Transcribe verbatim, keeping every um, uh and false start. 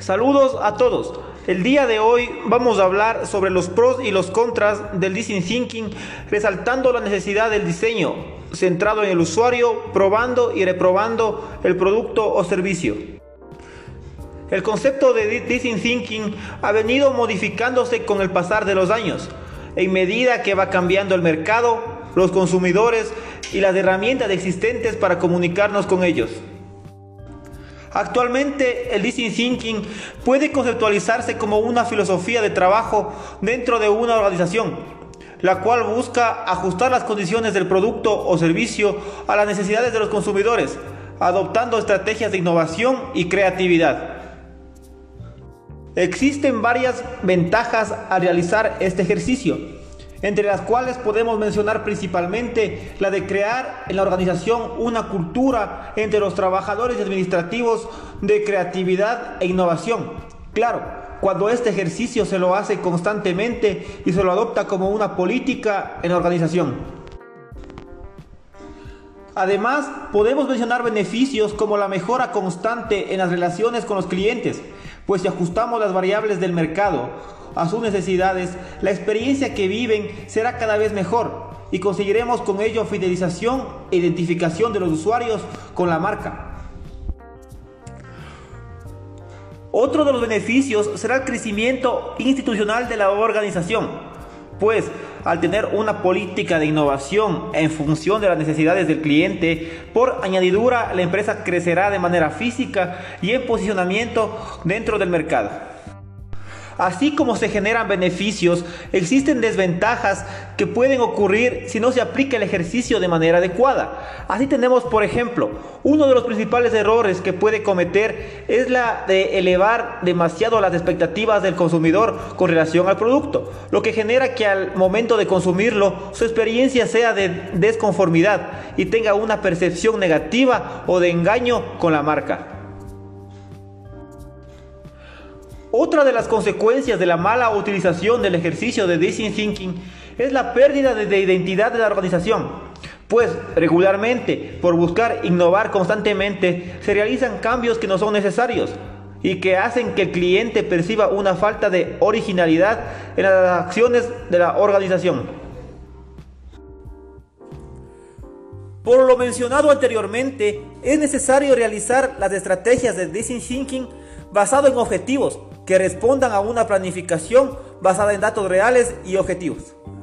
Saludos a todos. El día de hoy vamos a hablar sobre los pros y los contras del Design Thinking, resaltando la necesidad del diseño centrado en el usuario, probando y reprobando el producto o servicio. El concepto de Design Thinking ha venido modificándose con el pasar de los años, en medida que va cambiando el mercado, los consumidores y las herramientas existentes para comunicarnos con ellos. Actualmente, el Design Thinking puede conceptualizarse como una filosofía de trabajo dentro de una organización, la cual busca ajustar las condiciones del producto o servicio a las necesidades de los consumidores, adoptando estrategias de innovación y creatividad. Existen varias ventajas a realizar este ejercicio, entre las cuales podemos mencionar principalmente la de crear en la organización una cultura entre los trabajadores y administrativos de creatividad e innovación. Claro, cuando este ejercicio se lo hace constantemente y se lo adopta como una política en la organización. Además, podemos mencionar beneficios como la mejora constante en las relaciones con los clientes, pues si ajustamos las variables del mercado a sus necesidades, la experiencia que viven será cada vez mejor y conseguiremos con ello fidelización e identificación de los usuarios con la marca. Otro de los beneficios será el crecimiento institucional de la organización, pues al tener una política de innovación en función de las necesidades del cliente, por añadidura la empresa crecerá de manera física y en posicionamiento dentro del mercado. Así como se generan beneficios, existen desventajas que pueden ocurrir si no se aplica el ejercicio de manera adecuada. Así tenemos, por ejemplo, uno de los principales errores que puede cometer es la de elevar demasiado las expectativas del consumidor con relación al producto, lo que genera que al momento de consumirlo su experiencia sea de desconformidad y tenga una percepción negativa o de engaño con la marca. Otra de las consecuencias de la mala utilización del ejercicio de Design Thinking es la pérdida de identidad de la organización, pues regularmente, por buscar innovar constantemente, se realizan cambios que no son necesarios y que hacen que el cliente perciba una falta de originalidad en las acciones de la organización. Por lo mencionado anteriormente, es necesario realizar las estrategias de Design Thinking basado en objetivos que respondan a una planificación basada en datos reales y objetivos.